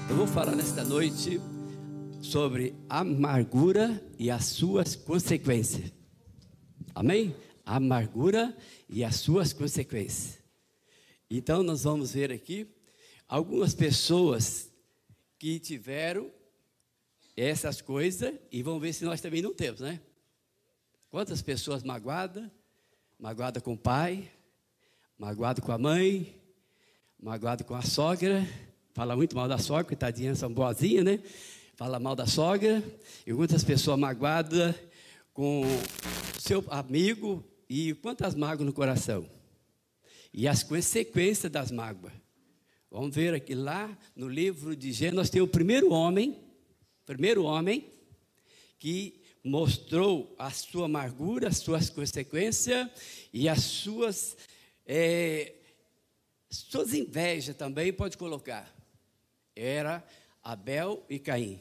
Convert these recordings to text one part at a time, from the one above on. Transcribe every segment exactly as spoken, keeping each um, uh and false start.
Eu vou falar nesta noite sobre amargura e as suas consequências. Amém? Amargura e as suas consequências. Então nós vamos ver aqui algumas pessoas que tiveram essas coisas e vamos ver se nós também não temos, né? Quantas pessoas magoadas, magoada com o pai, magoado com a mãe, magoado com a sogra, fala muito mal da sogra, coitadinha, são boazinhas, né? Fala mal da sogra, e muitas pessoas magoadas com seu amigo, e quantas mágoas no coração. E as consequências das mágoas. Vamos ver aqui lá no livro de Gênesis, nós temos o primeiro homem, primeiro homem, que mostrou a sua amargura, as suas consequências e as suas, é, suas invejas também, pode colocar. Era Abel e Caim.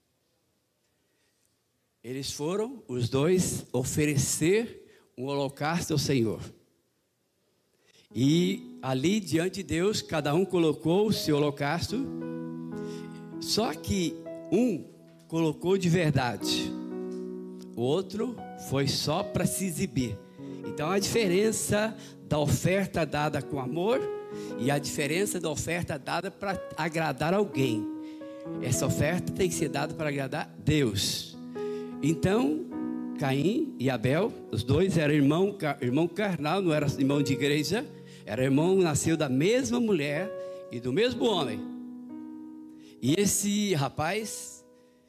Eles foram, os dois, oferecer um holocausto ao Senhor. E ali diante de Deus, cada um colocou o seu holocausto. Só que um colocou de verdade, o outro foi só para se exibir. Então a diferença da oferta dada com amor e a diferença da oferta dada para agradar alguém. Essa oferta tem que ser dada para agradar Deus. Então Caim e Abel, os dois eram irmão, irmão carnal, não era irmão de igreja, era irmão, nasceu da mesma mulher e do mesmo homem. E esse rapaz,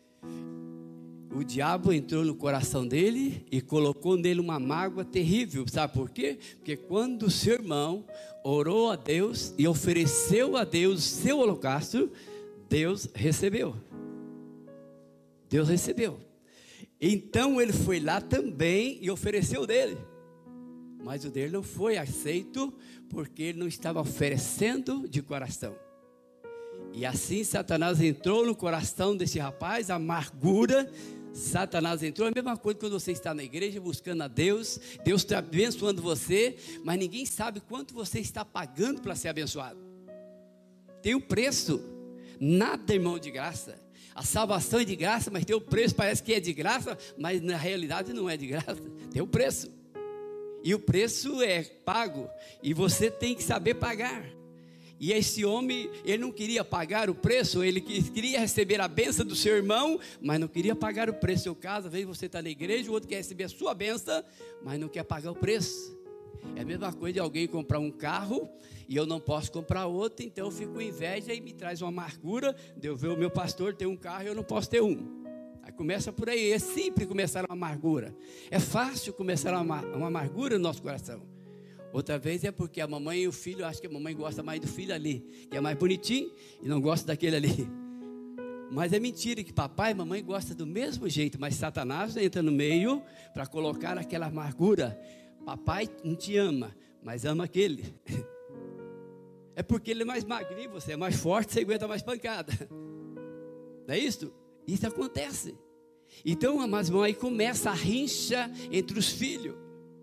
o diabo entrou no coração dele e colocou nele uma mágoa terrível. Sabe por quê? Porque quando o seu irmão orou a Deus e ofereceu a Deus o seu holocausto, Deus recebeu. Deus recebeu. Então ele foi lá também e ofereceu dele. Mas o dele não foi aceito, porque ele não estava oferecendo de coração. E assim Satanás entrou no coração desse rapaz, a amargura. Satanás entrou, a mesma coisa quando você está na igreja buscando a Deus, Deus está abençoando você, mas ninguém sabe quanto você está pagando para ser abençoado. Tem um preço, nada, irmão, de graça. A salvação é de graça, mas tem o preço, parece que é de graça, mas na realidade não é de graça, tem o preço. E o preço é pago, e você tem que saber pagar. E esse homem, ele não queria pagar o preço, ele queria receber a bênção do seu irmão, mas não queria pagar o preço. Seu caso, às vezes você está na igreja, o outro quer receber a sua bênção, mas não quer pagar o preço. É a mesma coisa de alguém comprar um carro, e eu não posso comprar outro, então eu fico com inveja e me traz uma amargura, de eu ver o meu pastor ter um carro e eu não posso ter um. Aí começa por aí, é simples começar uma amargura. É fácil começar uma, uma amargura no nosso coração. Outra vez é porque a mamãe e o filho, acho que a mamãe gosta mais do filho ali, que é mais bonitinho, e não gosta daquele ali. Mas é mentira que papai e mamãe gostam do mesmo jeito, mas Satanás entra no meio para colocar aquela amargura. Papai não te ama, mas ama aquele. É porque ele é mais magrinho, você é mais forte, você aguenta mais pancada. Não é isso? Isso acontece. Então, amados irmãos, aí começa a rincha entre os filhos.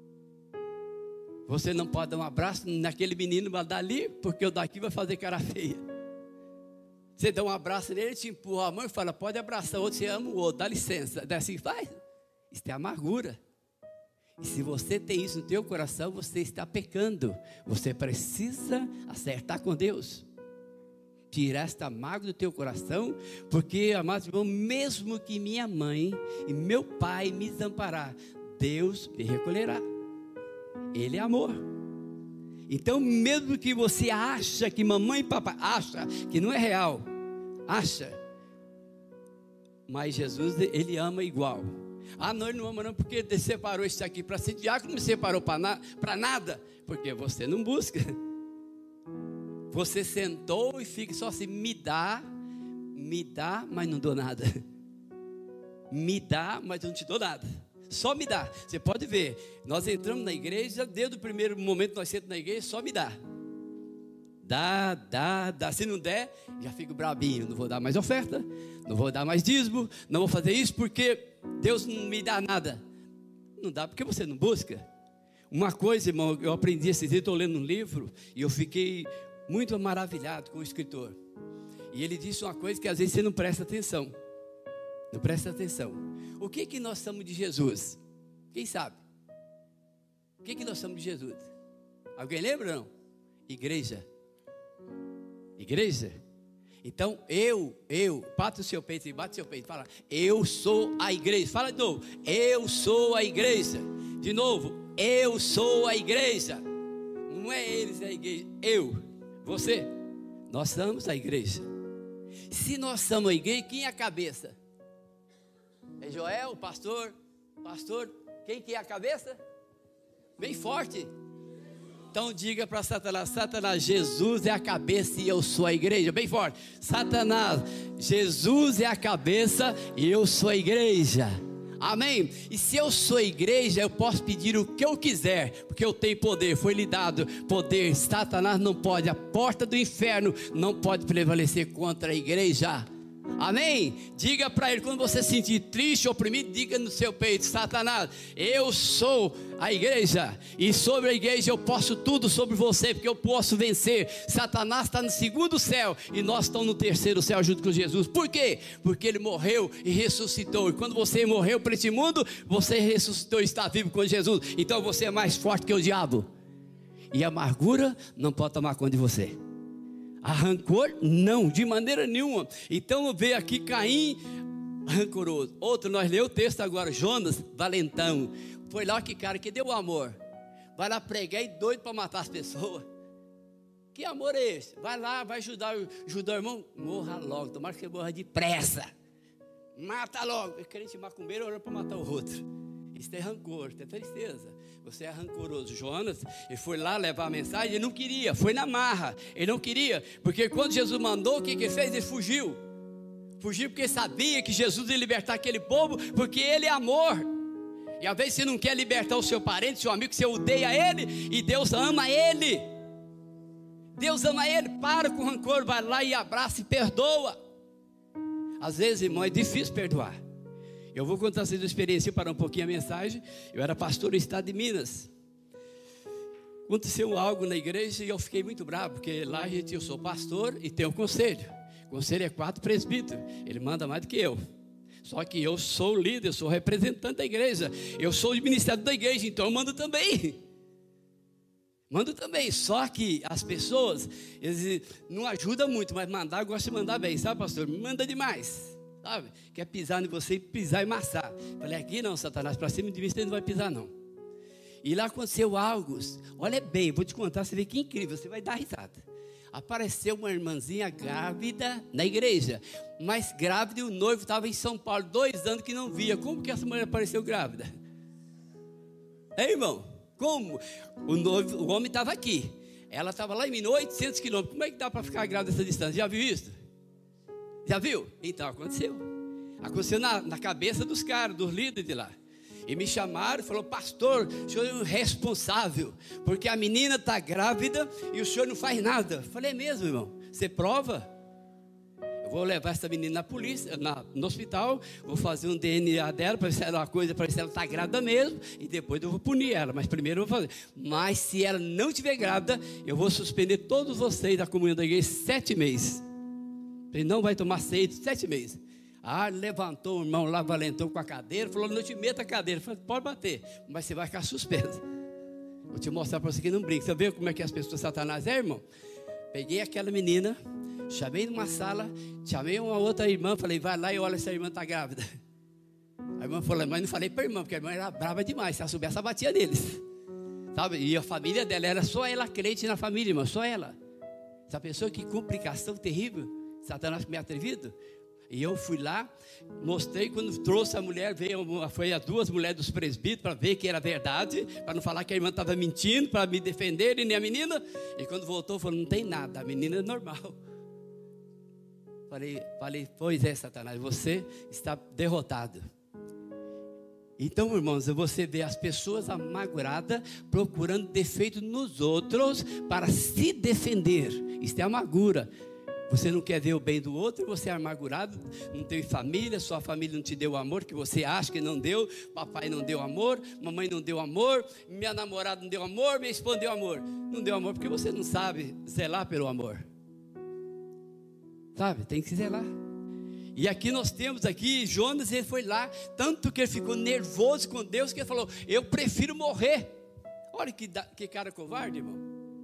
Você não pode dar um abraço naquele menino, mas dali, porque o daqui vai fazer cara feia. Você dá um abraço nele, te empurra a mão e fala, pode abraçar o outro, você ama o outro, dá licença. Daí assim faz. Isso é amargura. E se você tem isso no teu coração, você está pecando. Você precisa acertar com Deus. Tirar esta mágoa do teu coração, porque, amados irmãos, mesmo que minha mãe e meu pai me desamparar, Deus me recolherá. Ele é amor. Então, mesmo que você acha que mamãe e papai acha que não é real, acha, mas Jesus, ele ama igual. Ah, não, ele não ama não, porque ele separou isso aqui para ser diácono, não me separou para na, para nada, porque você não busca. Você sentou e fica só assim, me dá, me dá, mas não dou nada. Me dá, mas eu não te dou nada. Só me dá. Você pode ver, nós entramos na igreja, desde o primeiro momento que nós sentamos na igreja, só me dá. Dá, dá, dá. Se não der, já fico brabinho. Não vou dar mais oferta, não vou dar mais dízimo, não vou fazer isso porque Deus não me dá nada. Não dá porque você não busca. Uma coisa, irmão, eu aprendi esse dia, estou lendo um livro e eu fiquei muito maravilhado com o escritor. E ele disse uma coisa que às vezes você não presta atenção. Não presta atenção. O que que nós somos de Jesus? Quem sabe? O que que nós somos de Jesus? Alguém lembra ou não? Igreja. Igreja. Então eu, eu, bate o seu peito e bate o seu peito. Fala, eu sou a igreja. Fala de novo, eu sou a igreja. De novo, eu sou a igreja. Não é eles, é a igreja. Eu, você, nós somos a igreja. Se nós somos a igreja, quem é a cabeça? É Joel, o pastor, pastor, quem que é a cabeça? Bem forte. Então diga para Satanás, Satanás, Jesus é a cabeça e eu sou a igreja. Bem forte. Satanás, Jesus é a cabeça e eu sou a igreja. Amém? E se eu sou a igreja, eu posso pedir o que eu quiser, porque eu tenho poder, foi lhe dado poder. Satanás não pode, a porta do inferno não pode prevalecer contra a igreja. Amém? Diga para ele, quando você se sentir triste, oprimido, diga no seu peito, Satanás, eu sou a igreja, e sobre a igreja eu posso tudo sobre você, porque eu posso vencer. Satanás está no segundo céu, e nós estamos no terceiro céu junto com Jesus. Por quê? Porque ele morreu e ressuscitou, e quando você morreu para esse mundo, você ressuscitou e está vivo com Jesus. Então você é mais forte que o diabo, e a amargura não pode tomar conta de você. A rancor, não, de maneira nenhuma. Então vê aqui Caim, rancoroso. Outro, nós lemos o texto agora, Jonas, valentão. Foi lá que cara que deu o amor. Vai lá pregar e doido para matar as pessoas. Que amor é esse? Vai lá, vai ajudar, ajudar o irmão. Morra logo, tomara que você morra depressa. Mata logo. O crente macumbeiro orando para matar o outro. Isso é rancor, isso é tristeza. Você é rancoroso. Jonas, ele foi lá levar a mensagem, ele não queria, foi na marra, ele não queria, porque quando Jesus mandou, o que que ele fez? Ele fugiu, fugiu porque sabia que Jesus ia libertar aquele povo, porque ele é amor, e às vezes você não quer libertar o seu parente, seu amigo, que você odeia ele, e Deus ama ele, Deus ama ele, para com o rancor, vai lá e abraça e perdoa. Às vezes, irmão, é difícil perdoar. Eu vou contar essa experiência para um pouquinho a mensagem. Eu era pastor no estado de Minas. Aconteceu algo na igreja e eu fiquei muito bravo, porque lá a gente, eu sou pastor e tenho um conselho. O conselho é quatro presbíteros, ele manda mais do que eu. Só que eu sou líder, eu sou representante da igreja, eu sou o ministério da igreja, então eu mando também. Mando também, só que as pessoas, eles não ajudam muito, mas mandar, eu gosto de mandar bem, sabe, pastor? Me manda demais. Sabe? Quer pisar em você e pisar e amassar. Falei, aqui não, Satanás, para cima de mim você não vai pisar não. E lá aconteceu algo, olha bem, vou te contar, você vê que incrível, você vai dar risada. Apareceu uma irmãzinha grávida na igreja, mas grávida, e o noivo estava em São Paulo, dois anos que não via. Como que essa mulher apareceu grávida? É, irmão, como? O, noivo, o homem estava aqui, ela estava lá em Minas, oitocentos quilômetros, como é que dá para ficar grávida essa distância? Já viu isso? Já viu? Então aconteceu. Aconteceu na, na cabeça dos caras, dos líderes de lá. E me chamaram e falaram, pastor, o senhor é um responsável, porque a menina está grávida e o senhor não faz nada. Falei, é mesmo, irmão? Você prova? Eu vou levar essa menina na polícia, na, no hospital, vou fazer um D N A dela, para ver se ela é uma coisa, para ver se ela está grávida mesmo, e depois eu vou punir ela, mas primeiro eu vou fazer. Mas se ela não estiver grávida, eu vou suspender todos vocês da comunhão da igreja sete meses. Ele não vai tomar ceia, sete meses. Ah, levantou o irmão lá, valentou com a cadeira, falou, não te meta a cadeira. Falei, pode bater, mas você vai ficar suspenso. Vou te mostrar para você que não brinca. Você vê como é que as pessoas Satanás é, irmão? Peguei aquela menina, chamei numa sala, chamei uma outra irmã, falei, vai lá e olha se a irmã está grávida. A irmã falou, mas não falei para a irmã, porque a irmã era brava demais, se ela soubesse, ela batia neles. Sabe? E a família dela, era só ela crente na família, irmão, só ela. Essa pessoa, que complicação terrível. Satanás me atrevido. E eu fui lá, mostrei, quando trouxe a mulher, veio, foi as duas mulheres dos presbíteros para ver que era verdade, para não falar que a irmã estava mentindo, para me defender, e nem a menina. E quando voltou, falou, não tem nada, a menina é normal. Falei, falei, pois é, Satanás, você está derrotado. Então, irmãos, você vê as pessoas amarguradas procurando defeito nos outros para se defender. Isso é amargura. Você não quer ver o bem do outro, você é amargurado, não tem família, sua família não te deu o amor que você acha que não deu, papai não deu amor, mamãe não deu amor, minha namorada não deu amor, minha esposa deu amor. Não deu amor porque você não sabe zelar pelo amor. Sabe, tem que zelar. E aqui nós temos aqui, Jonas, ele foi lá, tanto que ele ficou nervoso com Deus, que ele falou, eu prefiro morrer. Olha que, que cara covarde, irmão.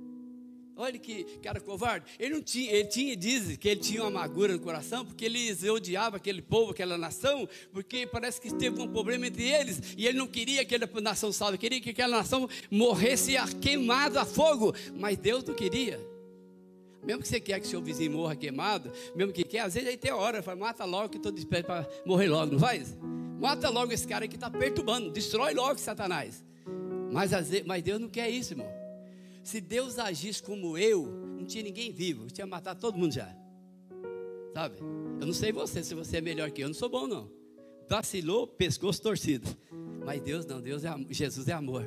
Olha que cara covarde. Ele não tinha, ele tinha, diz que ele tinha uma amargura no coração, porque ele odiava aquele povo, aquela nação, porque parece que teve um problema entre eles, e ele não queria que aquela nação salva, queria que aquela nação morresse queimada a fogo, mas Deus não queria. Mesmo que você quer que seu vizinho morra queimado, mesmo que quer, às vezes aí tem hora, fala, mata logo que estou disposto para morrer logo, não faz? Mata logo esse cara que está perturbando, destrói logo Satanás. Mas, mas Deus não quer isso, irmão. Se Deus agisse como eu, não tinha ninguém vivo, eu tinha matado todo mundo já. Sabe? Eu não sei você, se você é melhor que eu, eu não sou bom não. Vacilou, pescoço torcido. Mas Deus não, Deus é, Jesus é amor.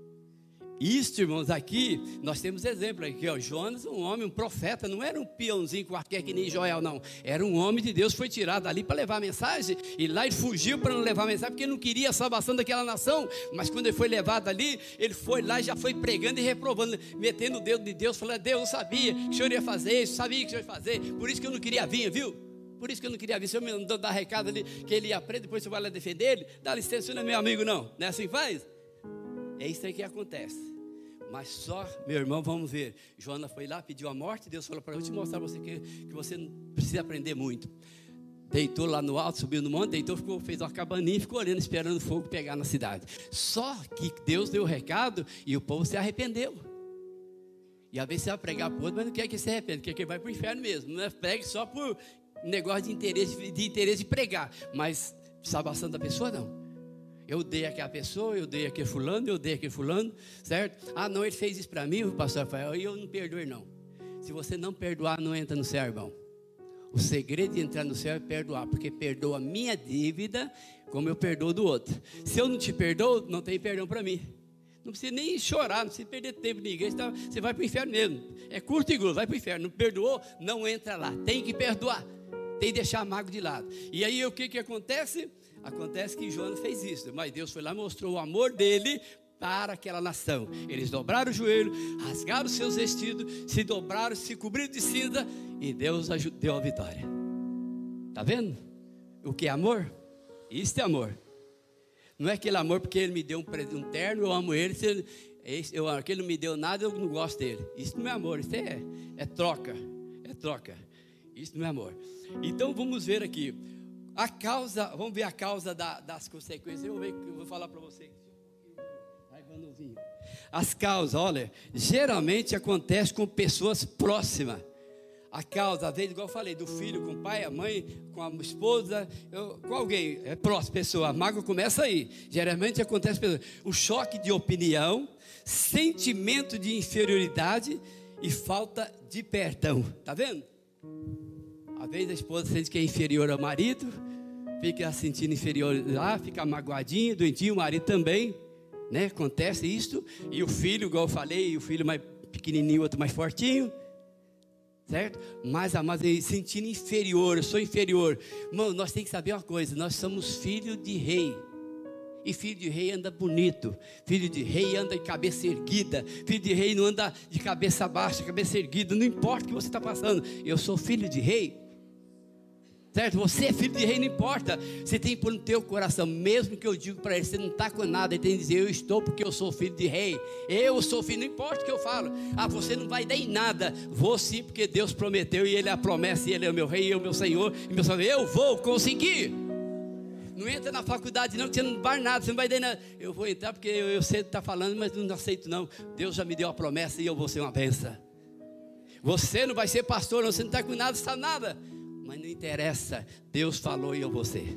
Isso, irmãos, aqui nós temos exemplo aqui, ó, Jonas, um homem, um profeta, não era um peãozinho qualquer que nem Joel, não. Era um homem de Deus, foi tirado ali para levar a mensagem, e lá ele fugiu para não levar a mensagem, porque ele não queria a salvação daquela nação. Mas quando ele foi levado ali, ele foi lá e já foi pregando e reprovando, metendo o dedo de Deus, falando, Deus, eu sabia que o senhor ia fazer isso, sabia que o senhor ia fazer, por isso que eu não queria vir, viu? Por isso que eu não queria vir, se eu me mandou dar recado ali, que ele ia preso, depois você vai lá defender ele, dá licença, você não é meu amigo não, não é assim que faz? É isso aí que acontece. Mas só, meu irmão, vamos ver. Jonas foi lá, pediu a morte. Deus falou para eu te mostrar você que, que você não precisa aprender muito. Deitou lá no alto, subiu no monte, deitou, ficou, fez uma cabaninha e ficou olhando, esperando o fogo pegar na cidade. Só que Deus deu o recado e o povo se arrependeu. E às vezes você vai pregar para o outro, mas não quer que se arrependa, quer que ele vai para o inferno mesmo. Não é pregue só por negócio de interesse, de interesse de pregar, mas salvação da pessoa não. Eu odeio aquela pessoa, eu odeio aquele fulano, eu odeio aquele fulano, certo? Ah, não, ele fez isso para mim, o pastor Rafael, e eu não perdoo não. Se você não perdoar, não entra no céu, irmão. O segredo de entrar no céu é perdoar, porque perdoa a minha dívida, como eu perdoo do outro. Se eu não te perdoo, não tem perdão para mim. Não precisa nem chorar, não precisa perder tempo de igreja, tá? Você vai para o inferno mesmo. É curto e grosso, vai para o inferno. Não perdoou, não entra lá. Tem que perdoar, tem que deixar a mágoa de lado. E aí o que que acontece? Acontece que Jonas fez isso, mas Deus foi lá e mostrou o amor dele para aquela nação. Eles dobraram o joelho, rasgaram os seus vestidos, se dobraram, se cobriram de cinza, e Deus deu a vitória. Está vendo? O que é amor? Isso é amor. Não é aquele amor porque ele me deu um, um terno, eu amo ele, se ele, eu, que ele não me deu nada, eu não gosto dele. Isso não é amor, isso é, é troca, é troca. Isso não é amor. Então vamos ver aqui. A causa, vamos ver a causa da, das consequências. Eu vou, ver, eu vou falar para vocês. As causas, olha, geralmente acontece com pessoas próximas. A causa, às vezes, igual eu falei, do filho com o pai, a mãe, com a esposa, eu, com alguém, é próximo, pessoa. A mágoa começa aí. Geralmente acontece com pessoas. O choque de opinião, sentimento de inferioridade e falta de perdão. Está vendo? Às vezes a esposa sente que é inferior ao marido, fica se sentindo inferior lá, fica magoadinho, doentinho, o marido também, né? Acontece isso. E o filho, igual eu falei, o filho mais pequenininho, o outro mais fortinho, certo? Mas a mãe sentindo inferior, eu sou inferior. Mano, nós temos que saber uma coisa, nós somos filhos de rei. E filho de rei anda bonito, filho de rei anda de cabeça erguida, filho de rei não anda de cabeça baixa, cabeça erguida, não importa o que você está passando, eu sou filho de rei, certo? Você é filho de rei, não importa, você tem que pôr no teu coração, mesmo que eu digo para ele, você não está com nada, ele tem que dizer, eu estou porque eu sou filho de rei, eu sou filho, não importa o que eu falo, ah, você não vai dar em nada, vou sim, porque Deus prometeu, e ele é a promessa, e ele é o meu rei, e é o meu Senhor, e meu Senhor, eu vou conseguir. Não entra na faculdade não, que você não vai nada, você não vai dar nada. Eu vou entrar porque eu, eu sei que está falando, mas não aceito não. Deus já me deu a promessa e eu vou ser uma bênção. Você não vai ser pastor, não, você não está com nada, está nada. Mas não interessa, Deus falou e eu vou ser.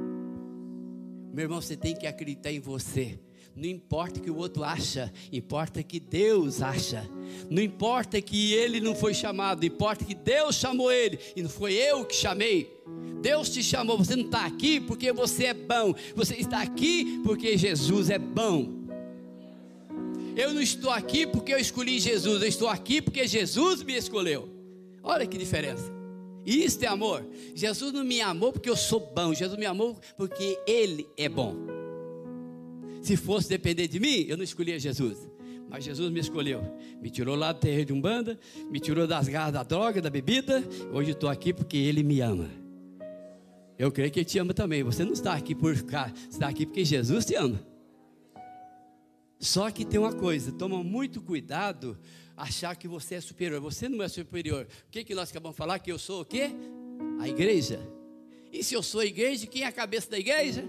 Meu irmão, você tem que acreditar em você. Não importa o que o outro acha, importa que Deus acha. Não importa que ele não foi chamado, importa que Deus chamou ele e não foi eu que chamei. Deus te chamou, você não está aqui porque você é bom, você está aqui porque Jesus é bom. Eu não estou aqui porque eu escolhi Jesus, eu estou aqui porque Jesus me escolheu. Olha que diferença. Isso é amor. Jesus não me amou porque eu sou bom, Jesus me amou porque Ele é bom. Se fosse depender de mim, eu não escolhia Jesus. Mas Jesus me escolheu, me tirou lá do terreiro de Umbanda, me tirou das garras da droga, da bebida. Hoje eu estou aqui porque Ele me ama. Eu creio que Ele te ama também. Você não está aqui por ficar, você está aqui porque Jesus te ama. Só que tem uma coisa, toma muito cuidado achar que você é superior. Você não é superior. O que, que nós acabamos de falar? Que eu sou o quê? A igreja. E se eu sou a igreja, quem é a cabeça da igreja?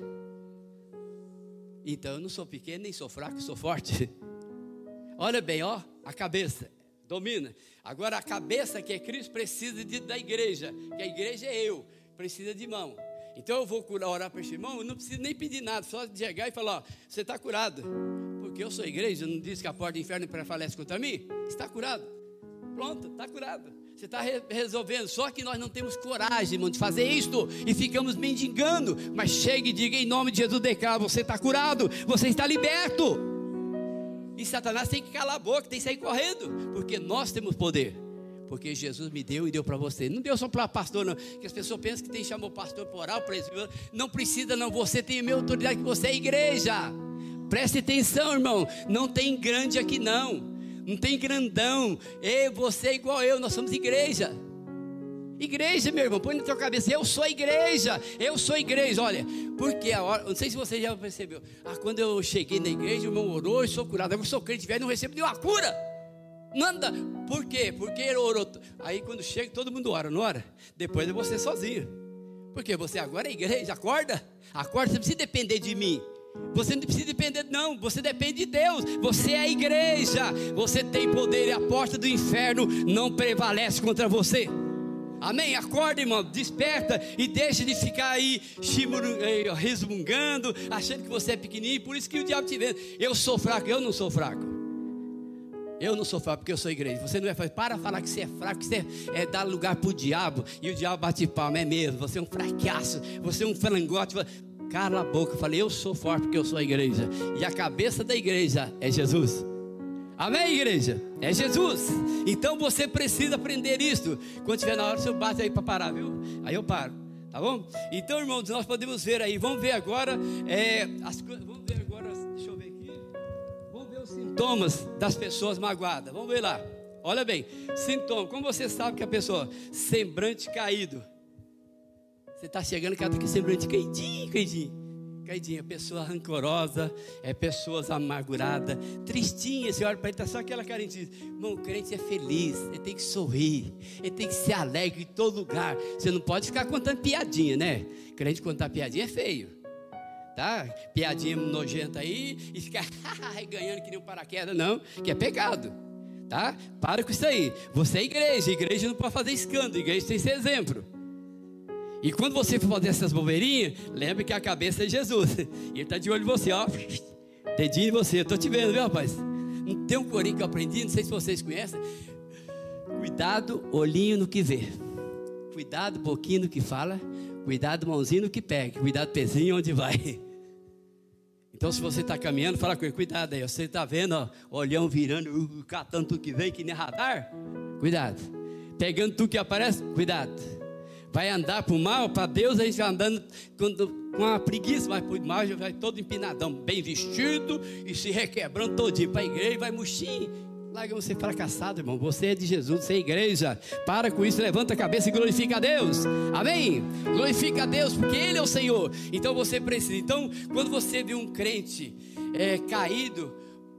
Então eu não sou pequeno, nem sou fraco, sou forte. Olha bem, ó, a cabeça domina. Agora a cabeça que é Cristo precisa de, da igreja, que a igreja é eu, precisa de mão. Então eu vou curar, orar para esse irmão, eu não preciso nem pedir nada, só chegar e falar, ó, você está curado. Porque eu sou a igreja, não diz que a porta do inferno prevalece contra mim? Está curado. Pronto, está curado. Você está re resolvendo. Só que nós não temos coragem, irmão, de fazer isto e ficamos mendigando. Mas chegue e diga em nome de Jesus, declara, você está curado, você está liberto. E Satanás tem que calar a boca, tem que sair correndo, porque nós temos poder. Porque Jesus me deu e deu para você. Não deu só para pastor, não. Que as pessoas pensam que tem que chamar o pastor por orar, para não precisa, não. Você tem a minha autoridade, que você é igreja. Preste atenção, irmão. Não tem grande aqui, não. Não tem grandão. Ei, você é igual eu, nós somos igreja. Igreja, meu irmão, põe na tua cabeça, eu sou igreja, eu sou igreja. Olha, porque a hora, não sei se você já percebeu, ah, quando eu cheguei na igreja, o irmão orou e sou curado. Agora eu sou crente velho, não recebo nenhuma cura. Nada. Por quê? Porque ele orou. Aí quando chega, todo mundo ora, não ora? Depois é você sozinho. Porque você agora é igreja, acorda. Acorda, você não precisa depender de mim. Você não precisa depender, não, você depende de Deus. Você é a igreja, você tem poder e a porta do inferno não prevalece contra você. Amém? Acorda, irmão, desperta e deixa de ficar aí resmungando, achando que você é pequenininho. Por isso que o diabo te vê. Eu sou fraco, eu não sou fraco. Eu não sou fraco porque eu sou igreja. Você não é fraco. Para falar que você é fraco, que você é, é dar lugar para o diabo. E o diabo bate palma, é mesmo. Você é um fracasso, você é um frangote. Cala a boca, eu falei, eu sou forte porque eu sou a igreja. E a cabeça da igreja é Jesus. Amém, igreja? É Jesus. Então você precisa aprender isso. Quando estiver na hora, você bate aí para parar, viu? Aí eu paro, tá bom? Então, irmãos, nós podemos ver aí. Vamos ver agora é, as coisas. Vamos ver agora, deixa eu ver aqui. Vamos ver os sintomas das pessoas magoadas. Vamos ver lá. Olha bem, sintoma. Como você sabe que a pessoa semblante caído. Você está chegando com aquele semblante caidinho, caidinho. Caidinha, pessoa rancorosa, é pessoas amarguradas, tristinha. Você olha para ele, está só aquela carinha. Irmão, o crente é feliz, ele tem que sorrir, ele tem que ser alegre em todo lugar. Você não pode ficar contando piadinha, né? Crente contar piadinha é feio, tá? Piadinha nojenta aí e ficar ganhando que nem um paraquedas, não, que é pecado, tá? Para com isso aí. Você é igreja, igreja não pode fazer escândalo, igreja tem que ser exemplo. E quando você for fazer essas bobeirinhas, lembre que a cabeça é Jesus. E Ele está de olho em você, ó. Dedinho em você, eu estou te vendo, viu, rapaz? Não tem um corinho que eu aprendi, não sei se vocês conhecem. Cuidado, olhinho no que vê. Cuidado, boquinho no que fala. Cuidado, mãozinho no que pega. Cuidado, pezinho onde vai. Então, se você está caminhando, fala com ele, cuidado aí. Você está vendo, ó, olhão virando, uh, catando tudo que vem, que nem radar. Cuidado. Pegando tudo que aparece, cuidado. Vai andar para o mal, para Deus a gente vai andando com, com uma preguiça, mas para o mal já vai todo empinadão, bem vestido e se requebrando todinho. Para a igreja vai murchinho. Larga você fracassado, irmão. Você é de Jesus, você é igreja. Para com isso, levanta a cabeça e glorifica a Deus. Amém? Glorifica a Deus, porque Ele é o Senhor. Então você precisa. Então, quando você vê um crente é, caído,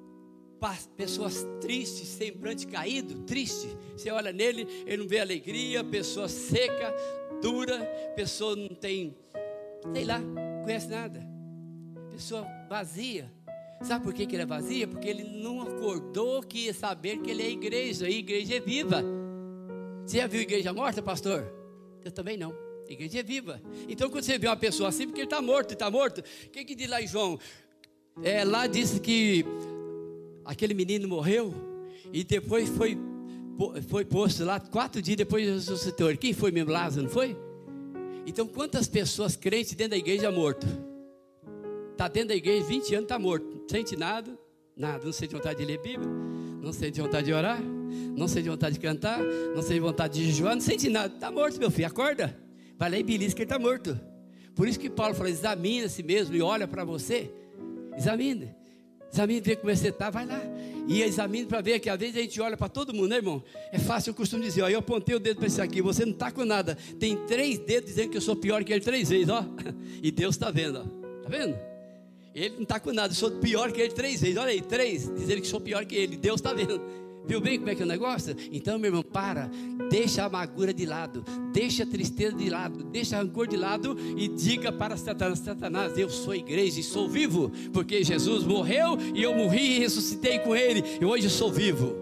pessoas tristes, semblante caído, triste, você olha nele, ele não vê alegria, pessoa seca, dura, pessoa não tem, sei lá, não conhece nada, pessoa vazia. Sabe por que que ele é vazia? Porque ele não acordou que ia saber que ele é igreja, e igreja é viva. Você já viu igreja morta, pastor? Eu também não. Igreja é viva. Então quando você vê uma pessoa assim, porque ele está morto, ele está morto. O que que diz lá em João? É, lá disse que aquele menino morreu e depois foi, foi posto lá, quatro dias depois ressuscitou. Quem foi mesmo? Lázaro, não foi? Então quantas pessoas crentes dentro da igreja morto? Está dentro da igreja vinte anos, está morto. Não sente nada, nada. Não sente vontade de ler Bíblia, não sente vontade de orar, não sente vontade de cantar, não sente vontade de jejuar, não sente nada. Está morto, meu filho, acorda. Vai lá e belisca que ele está morto. Por isso que Paulo fala, examina a si mesmo e olha para você. Examine. Examine, vê como você está, vai lá. E examine para ver que às vezes a gente olha para todo mundo, né, irmão? É fácil, eu costumo dizer, ó, eu apontei o dedo para esse aqui, você não está com nada. Tem três dedos dizendo que eu sou pior que ele três vezes, ó. E Deus está vendo, ó. Está vendo? Ele não está com nada, eu sou pior que ele três vezes. Olha aí, três, dizendo que sou pior que ele. Deus está vendo. Viu bem como é que é o negócio? Então, meu irmão, para, deixa a amargura de lado, deixa a tristeza de lado, deixa o rancor de lado e diga para Satanás: Satanás, eu sou igreja e sou vivo, porque Jesus morreu e eu morri e ressuscitei com ele, e hoje eu sou vivo.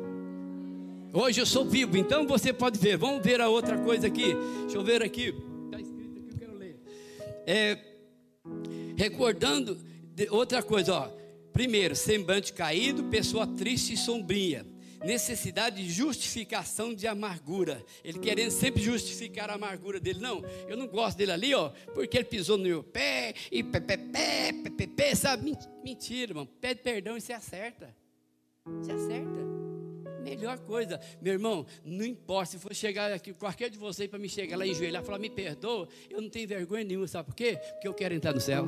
Hoje eu sou vivo. Então você pode ver. Vamos ver a outra coisa aqui. Deixa eu ver aqui. Está escrito aqui, eu quero ler. É, recordando de, outra coisa, ó. Primeiro, semblante caído, pessoa triste e sombria. Necessidade de justificação de amargura. Ele querendo sempre justificar a amargura dele. Não, eu não gosto dele ali, ó, porque ele pisou no meu pé e pé, pé, pé, pé, pé, pé, sabe? Mentira, irmão. Pede perdão e se acerta. Se acerta. Melhor coisa, meu irmão, não importa se for chegar aqui, qualquer de vocês para me chegar lá e enjoelhar e falar: me perdoa, eu não tenho vergonha nenhuma, sabe por quê? Porque eu quero entrar no céu.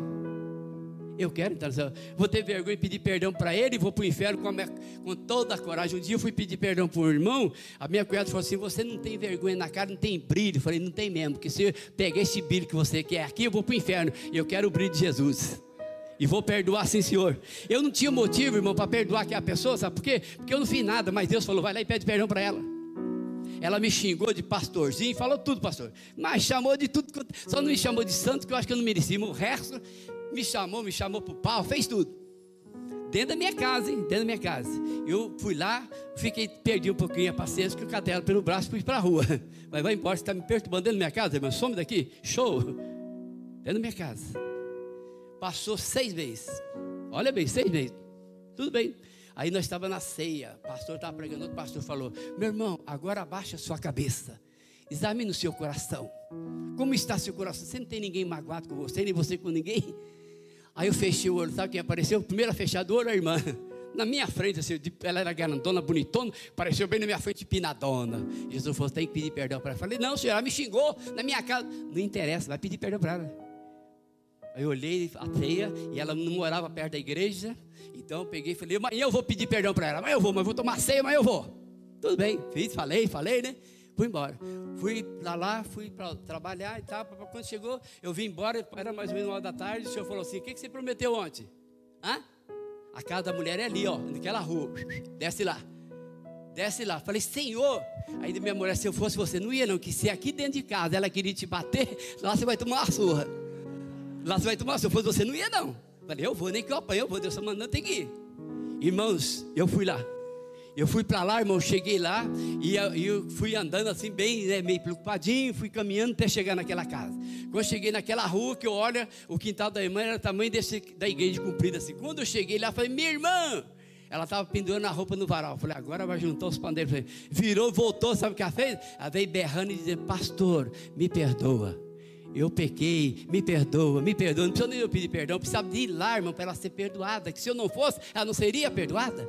Eu quero entrar no céu. Vou ter vergonha e pedir perdão para ele e vou para o inferno com, a minha, com toda a coragem. Um dia eu fui pedir perdão para um irmão, a minha cunhada falou assim: você não tem vergonha na cara, não tem brilho. Eu falei: não tem mesmo, porque se eu pegar esse brilho que você quer aqui, eu vou para o inferno. E eu quero o brilho de Jesus. E vou perdoar, sim, senhor. Eu não tinha motivo, irmão, para perdoar aquela pessoa, sabe por quê? Porque eu não fiz nada, mas Deus falou: vai lá e pede perdão para ela. Ela me xingou de pastorzinho, falou tudo, pastor, mas chamou de tudo, só não me chamou de santo, que eu acho que eu não merecia. O resto me chamou, me chamou para o pau, fez tudo. Dentro da minha casa, hein? Dentro da minha casa. Eu fui lá, fiquei, perdi um pouquinho a paciência, que o cadela pelo braço, fui para a rua. Mas vai embora, você está me perturbando dentro da minha casa, irmão, some daqui, show. Dentro da minha casa. Passou seis meses. Olha bem, seis meses. Tudo bem. Aí nós estávamos na ceia. O pastor estava pregando, outro pastor falou: meu irmão, agora abaixa a sua cabeça. Examine o seu coração. Como está seu coração? Você não tem ninguém magoado com você, nem você com ninguém? Aí eu fechei o olho, sabe quem apareceu? Primeiro a fechar o olho, a irmã. Na minha frente, assim, ela era grandona, bonitona, apareceu bem na minha frente, pinadona. Jesus falou: tem que pedir perdão para ela. Eu falei: não, senhor, ela me xingou na minha casa. Não interessa, vai pedir perdão para ela. Aí eu olhei a ceia e ela não morava perto da igreja. Então eu peguei e falei: mas eu vou pedir perdão para ela. Mas eu vou, mas vou tomar ceia, mas eu vou. Tudo bem, fiz, falei, falei, né? Fui embora. Fui para lá, fui para trabalhar e tal. Quando chegou, eu vim embora, era mais ou menos uma hora da tarde. O senhor falou assim: o que, que você prometeu ontem? Hã? A casa da mulher é ali, ó, naquela rua. Desce lá. Desce lá. Falei: Senhor. Aí minha mulher: se eu fosse você, não ia não, que se aqui dentro de casa ela queria te bater, lá você vai tomar uma surra. Lá você vai tomar, se eu fosse você, não ia não. Falei: eu vou, nem que eu apanhe, eu vou, Deus está mandando, tem que ir. Irmãos, eu fui lá. Eu fui para lá, irmão, cheguei lá e eu, eu fui andando assim bem, né, meio preocupadinho, fui caminhando até chegar naquela casa. Quando eu cheguei naquela rua, que eu olho, o quintal da irmã era o tamanho desse, da igreja comprida assim. Quando eu cheguei lá, eu falei: minha irmã, ela estava pendurando a roupa no varal. Eu falei: agora vai juntar os pandeiros. Falei, virou, voltou, sabe o que ela fez? Ela veio berrando e dizendo: pastor, me perdoa. Eu pequei, me perdoa, me perdoa. Não precisa nem eu pedir perdão, precisava de ir lá, irmão, para ela ser perdoada. Que se eu não fosse, ela não seria perdoada.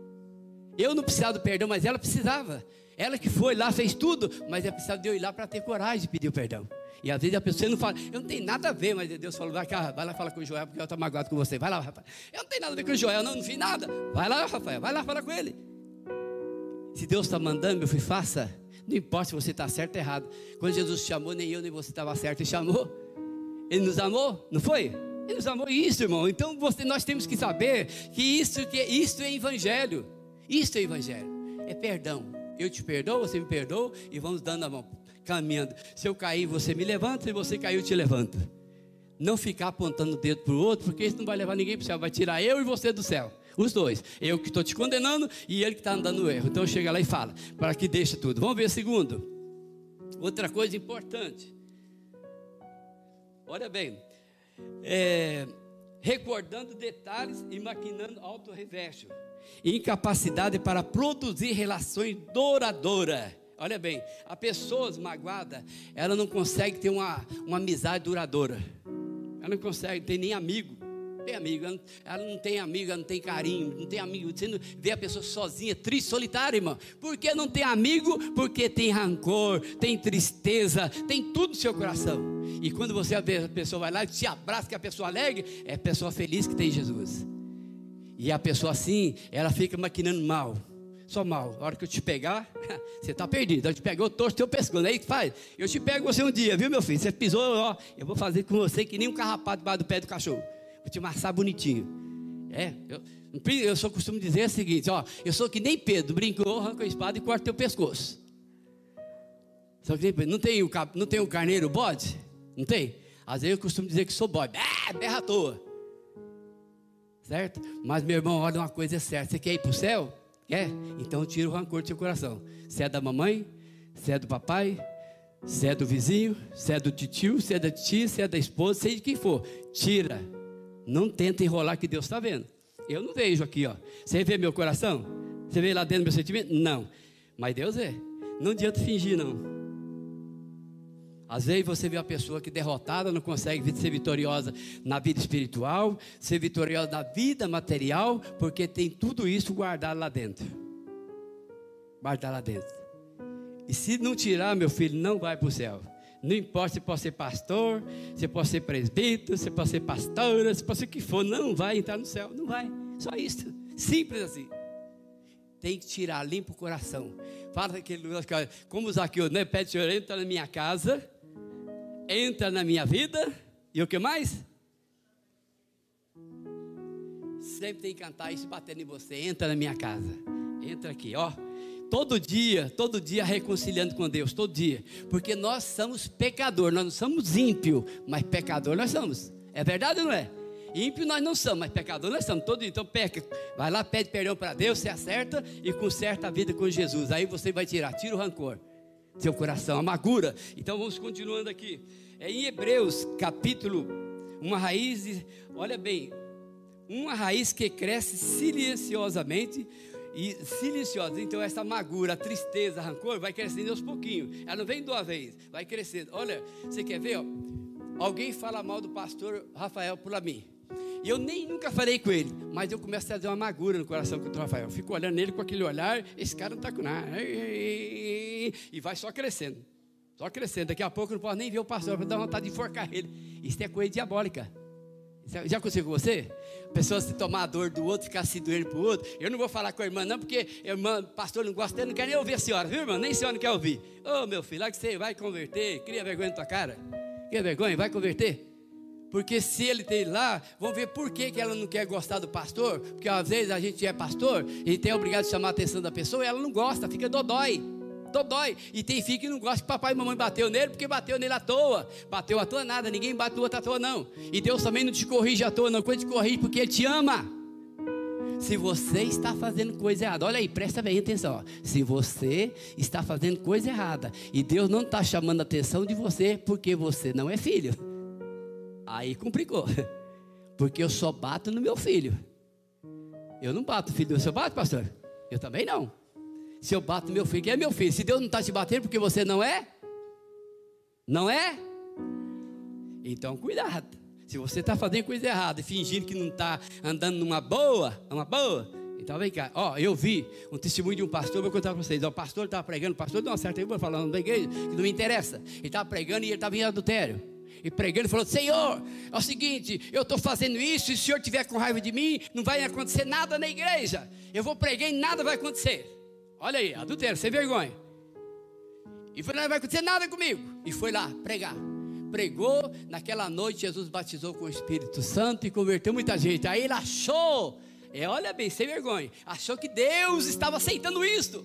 Eu não precisava do perdão, mas ela precisava. Ela que foi lá, fez tudo, mas ela precisava de eu ir lá para ter coragem de pedir o perdão. E às vezes a pessoa não fala: eu não tenho nada a ver, mas Deus falou: vai, cá, vai lá falar com o Joel, porque eu estou magoado com você. Vai lá, rapaz. Eu não tenho nada a ver com o Joel, não, não fiz nada. Vai lá, Rafael, vai lá falar com ele. Se Deus está mandando, meu filho, faça. Não importa se você está certo ou errado. Quando Jesus te chamou, nem eu nem você estava certo, Ele chamou. Ele nos amou, não foi? Ele nos amou. Isso, irmão. Então você, nós temos que saber que isso, que isso é evangelho. Isso é evangelho. É perdão. Eu te perdoo, você me perdoa e vamos dando a mão, caminhando. Se eu cair, você me levanta. Se você cair, eu te levanto. Não ficar apontando o dedo para o outro, porque isso não vai levar ninguém para o céu. Vai tirar eu e você do céu. Os dois, eu que estou te condenando e ele que está andando no erro. Então chega lá e fala, para que deixe tudo. Vamos ver o segundo. Outra coisa importante. Olha bem, é, recordando detalhes e maquinando autorrevéscio. Incapacidade para produzir relações duradouras. Olha bem, a pessoa magoada, ela não consegue ter uma, uma amizade duradoura. Ela não consegue ter nem amigo. Tem amigo, ela não tem amigo, ela não tem carinho, não tem amigo. Você não vê a pessoa sozinha, triste, solitária, irmão. Por que não tem amigo? Porque tem rancor, tem tristeza, tem tudo no seu coração. E quando você vê a pessoa vai lá e se abraça, que a pessoa alegre, é a pessoa feliz que tem Jesus. E a pessoa assim, ela fica maquinando mal. Só mal. A hora que eu te pegar, você está perdido. Eu te pego, eu torço teu pescoço. Aí que faz? Eu te pego você um dia, viu, meu filho? Você pisou, ó. Eu vou fazer com você que nem um carrapato debaixo do pé do cachorro. Vou te amassar bonitinho. É, eu, eu só costumo dizer o seguinte, ó. Eu sou que nem Pedro, brincou, arranca a espada e corta teu pescoço. Só que nem Pedro. Não tem o, não tem o carneiro, o bode? Não tem? Às vezes eu costumo dizer que sou bode. Ah, berra à toa. Certo? Mas, meu irmão, olha, uma coisa é certa. Você quer ir para o céu? Quer? Então tira o rancor do seu coração. Se é da mamãe, se é do papai, se é do vizinho, se é do tio, se é da tia, se é da esposa, seja de quem for. Tira. Não tenta enrolar que Deus está vendo. Eu não vejo aqui, ó. Você vê meu coração? Você vê lá dentro do meu sentimento? Não. Mas Deus vê. Não adianta fingir, não. Às vezes você vê uma pessoa que derrotada não consegue ser vitoriosa na vida espiritual, ser vitoriosa na vida material, porque tem tudo isso guardado lá dentro. Guardado lá dentro. E se não tirar, meu filho, não vai para o céu. Não importa se pode ser pastor, se pode ser presbítero, se pode ser pastora, se pode ser o que for, não vai entrar no céu, não vai. Só isso. Simples assim. Tem que tirar, limpa o coração. Fala aquele lugar, como o Zaqueu, né? Pede, Senhor, entra na minha casa, entra na minha vida, e o que mais? Sempre tem que cantar isso batendo em você. Entra na minha casa, entra aqui, ó. Todo dia, todo dia reconciliando com Deus, todo dia. Porque nós somos pecadores, nós não somos ímpios, mas pecador nós somos. É verdade ou não é? Ímpio nós não somos, mas pecador nós somos. Todo dia, então peca, vai lá, pede perdão para Deus, se acerta e conserta a vida com Jesus. Aí você vai tirar, tira o rancor, seu coração, a amargura. Então vamos continuando aqui. É em Hebreus, capítulo, uma raiz, olha bem, uma raiz que cresce silenciosamente e silenciosa. Então essa amargura, a tristeza, a rancor vai crescendo aos pouquinhos. Ela não vem de uma vez, vai crescendo. Olha, você quer ver, ó? Alguém fala mal do pastor Rafael por mim. E eu nem nunca falei com ele, mas eu começo a trazer uma amargura no coração contra o Rafael. Eu fico olhando nele com aquele olhar, esse cara não está com nada. E vai só crescendo. Só crescendo. Daqui a pouco eu não posso nem ver o pastor, vai dar vontade de enforcar ele. Isso é coisa diabólica. Já aconteceu com você? A pessoa se tomar a dor do outro, ficar se doendo para o outro. Eu não vou falar com a irmã não, porque a irmã, pastor não gosta dele, não quer nem ouvir a senhora, viu, irmã? Nem a senhora não quer ouvir. Ô, oh, meu filho, lá que você vai converter, cria vergonha na tua cara. Cria vergonha, vai converter. Porque se ele tem lá, vamos ver por que, que ela não quer gostar do pastor. Porque às vezes a gente é pastor e tem a obrigado de chamar a atenção da pessoa e ela não gosta, fica dodói. Dodói. E tem filho que não gosta que papai e mamãe bateu nele porque bateu nele à toa. Bateu à toa nada, ninguém bate o outro à toa não. E Deus também não te corrige à toa não, quando te corrige porque Ele te ama. Se você está fazendo coisa errada, olha aí, presta bem atenção, ó. Se você está fazendo coisa errada e Deus não está chamando a atenção de você porque você não é filho, aí complicou. Porque eu só bato no meu filho. Eu não bato filho, você bate, pastor? Eu também não. Se eu bato no meu filho, quem é meu filho? Se Deus não está te batendo porque você não é? Não é? Então cuidado. Se você está fazendo coisa errada e fingindo que não está andando numa boa, uma boa, então vem cá. Ó, eu vi um testemunho de um pastor, vou contar para vocês. O pastor estava pregando, o pastor de uma certa época falando da igreja, que não me interessa. Ele estava pregando e ele estava em adultério. E pregando, falou: Senhor, é o seguinte, eu estou fazendo isso, e se o Senhor tiver com raiva de mim, não vai acontecer nada na igreja. Eu vou pregar e nada vai acontecer. Olha aí, adultério, sem vergonha. E falou: não vai acontecer nada comigo. E foi lá pregar. Pregou, naquela noite Jesus batizou com o Espírito Santo e converteu muita gente. Aí ele achou, é, olha bem, sem vergonha, achou que Deus estava aceitando isso.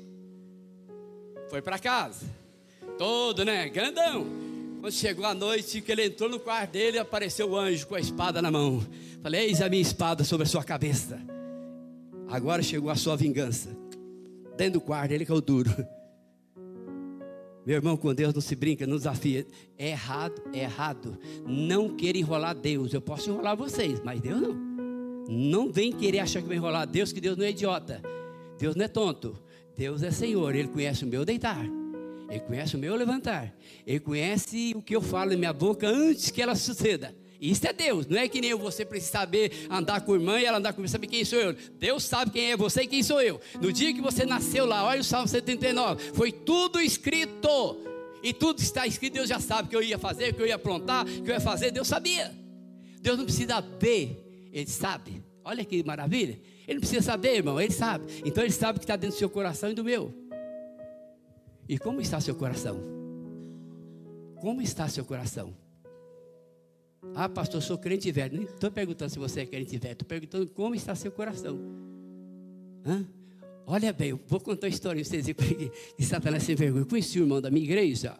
Foi para casa, todo, né, grandão. Quando chegou a noite, que ele entrou no quarto dele, apareceu o anjo com a espada na mão. Falei: eis a minha espada sobre a sua cabeça. Agora chegou a sua vingança. Dentro do quarto, ele caiu duro. Meu irmão, com Deus não se brinca, não desafia. É errado, é errado. Não queira enrolar Deus. Eu posso enrolar vocês, mas Deus não. Não vem querer achar que vai enrolar Deus, que Deus não é idiota. Deus não é tonto. Deus é Senhor. Ele conhece o meu deitar. Ele conhece o meu levantar. Ele conhece o que eu falo na minha boca antes que ela suceda. Isso é Deus. Não é que nem eu, você precisa saber andar com a irmã e ela andar comigo, saber quem sou eu. Deus sabe quem é você e quem sou eu. No dia que você nasceu lá, olha o Salmo setenta e nove, foi tudo escrito. E tudo está escrito, Deus já sabe o que eu ia fazer, o que eu ia aprontar, o que eu ia fazer, Deus sabia. Deus não precisa ver, Ele sabe. Olha que maravilha. Ele não precisa saber, irmão, ele sabe. Então ele sabe o que está dentro do seu coração e do meu. E como está seu coração? Como está seu coração? Ah, pastor, eu sou crente velho. Não estou perguntando se você é crente velho, estou perguntando como está seu coração. Hã? Olha bem, eu vou contar uma história para vocês verem que Satanás sem vergonha. Eu conheci o irmão da minha igreja,